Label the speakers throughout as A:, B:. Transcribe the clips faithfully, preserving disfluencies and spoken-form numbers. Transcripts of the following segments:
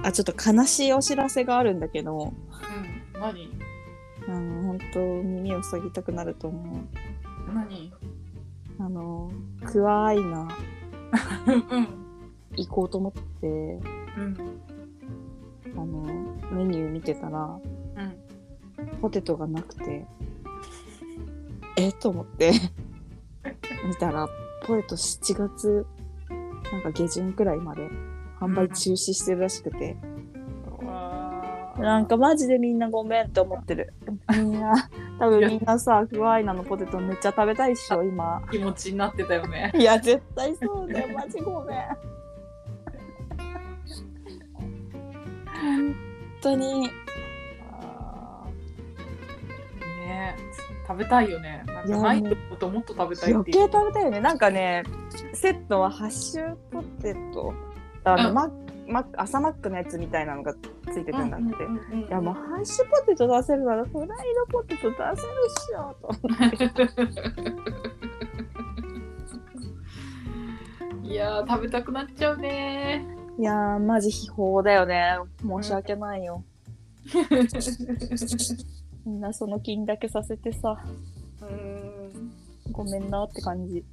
A: あ、ちょっと悲しいお知らせがあるんだけど、
B: うん、何
A: あの本当耳を塞ぎたくなると思う。
B: 何
A: あのクワアイナ
B: うん
A: 行こうと思って、
B: うん
A: あのメニュー見てたら
B: うん
A: ポテトがなくて、えと思って見たらポテトしちがつなんか下旬くらいまで販売中止してるらしくて、
B: うわー
A: なんかマジでみんなごめんって思ってる。みんな多分みんなさクワイナのポテトめっちゃ食べたいっしょ今。
B: 気持ちになってたよね。
A: いや絶対そうだよ、マジごめん。本当に
B: あーねえ、食べたいよね。なんかないってこともっと食べたいっていう。
A: 余計食べたいよね。なんかねセットはハッシュポテトあの、
B: うん
A: マッマック朝マックのやつみたいなのがついてくるんだって、
B: うんうんうんうん、
A: いやもうハッシュポテト出せるならフライドポテト出せるっしょと思って
B: いやー食べたくなっちゃうね。
A: いやーマジ秘宝だよね。申し訳ないよ、みんなその気にだけさせてさ、
B: うーん
A: ごめんなって感じ。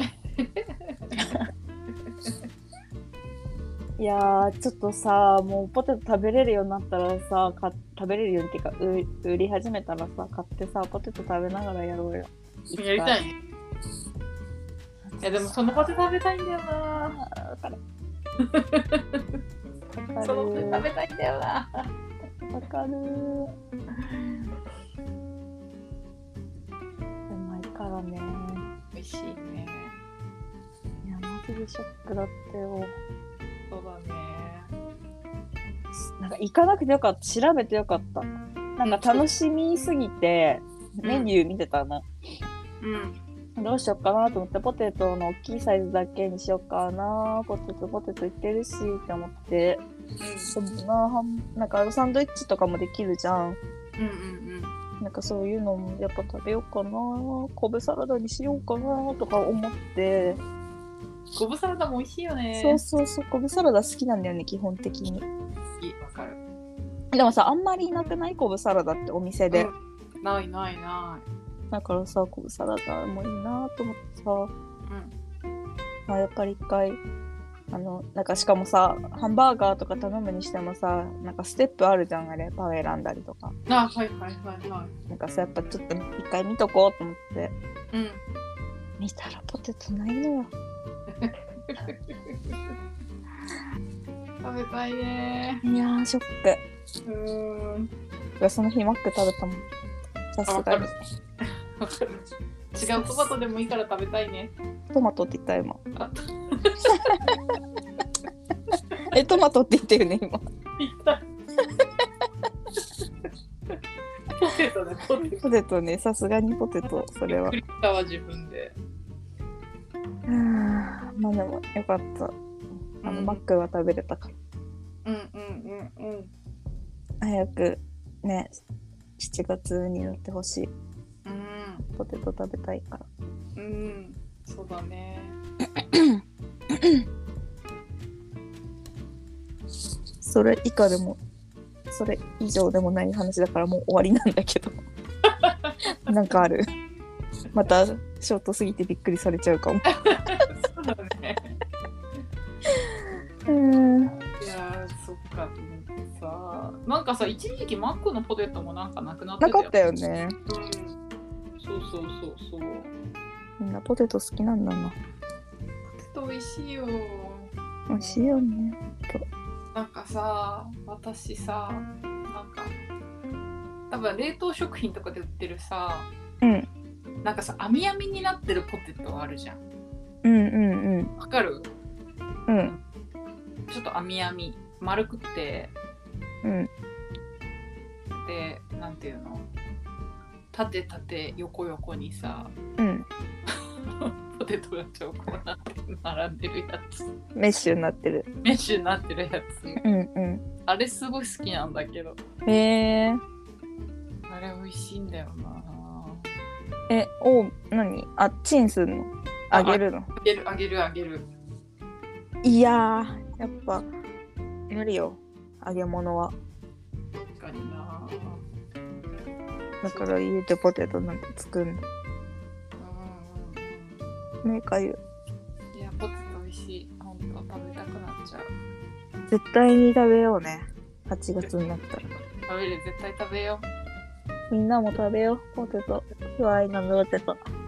A: いやーちょっとさもうポテト食べれるようになったらさか食べれるようにっていうかう売り始めたらさ買ってさポテト食べながらやろうよ。
B: やりたいね。いやでもその場で食べたいんだよな。
A: わかる
B: その場で食べたいんだよな。
A: わかる。うまいからね。
B: 美味しいね。
A: いやマジでショックだったよ。
B: そうだね。
A: なんか行かなくてよかった。調べてよかった。なんか楽しみすぎてメニュー見てたの。
B: うん。
A: どうしようかなと思ってポテトの大きいサイズだけにしようかな。ポテトポテトいってるしって思って。でもな、なんかサンドイッチとかもできるじゃん。
B: うんうんうん。
A: なんかそういうのもやっぱ食べようかな。昆布サラダにしようかなとか思って。
B: 昆布サラダも美味しいよね。
A: そうそうそう、昆布サラダ好きなんだよね基本的に。
B: いい、わかる。
A: でもさあんまりいなくない昆布サラダってお店で、
B: うん、ないないない。
A: だからさ昆布サラダもいいなと思ってさ、
B: うん
A: まあ、やっぱり一回あのなんかしかもさハンバーガーとか頼むにしてもさなんかステップあるじゃんあれパン選んだりとか。
B: あ、はいはいはいはい。
A: なんかさやっぱちょっと一回見とこうと思って
B: うん。
A: 見たらポテトないのよ。
B: 食べたいね。
A: いやーショック。
B: うーん。
A: いやその日マック食べたもん。さすがに。
B: わかる。違うトマトでもいいから食べたいね。
A: トマトって言った今。
B: あと
A: えトマトって言ってるね今。
B: 言ったポテトねポテト。
A: ポテトねさすがにポテトそれは。
B: びっくりしたわ自分で。
A: はあまあでもよかった。あの、うん、マックは食べれたから。
B: うんうんうんうん。
A: 早くねしちがつになってほしい。
B: うん。
A: ポテト食べたいから。
B: うん。そうだね。
A: それ以下でもそれ以上でもない話だからもう終わりなんだけどなんかある。またショートすぎてびっくりされちゃうかも。
B: そうだね。
A: うん。
B: いやそっかと思ってさ、なんかさ一時期マックのポテトもなんかなくなってたよ。
A: なかったよね。
B: うん。そうそうそうそう。
A: みんなポテト好きなんだな。
B: ポテト美味しいよ。
A: 美味しいよね。
B: なんかさ、私さ、なんか多分冷凍食品とかで売ってるさ、
A: うん。
B: なんかさ網網になってるポテトあるじゃん。
A: うんうんうん。
B: わかる？
A: うん。
B: ちょっと網網丸くって
A: うん
B: でなんていうの縦縦横横にさ、
A: うん、
B: ポテトがちょこうなって並んでるやつ、
A: メッシュになってる
B: メッシュになってるやつ、
A: うんうん
B: あれすごい好きなんだけど。
A: へー
B: あれ美味しいんだよな。
A: えお何あチンすんのあげるの
B: あげるあげるあげる。
A: いやーやっぱ無理よ揚げ物は。
B: 確かにな。
A: だから家でポテトなんて作るんだ。
B: うん
A: ねえかゆ。
B: いや、ポテト美味しい。ほんと食べたくなっちゃう。
A: 絶対に食べようね。はちがつになったら。
B: 食べる、絶対食べよう。
A: みんなも食べよう、ポテト。フライのポテト。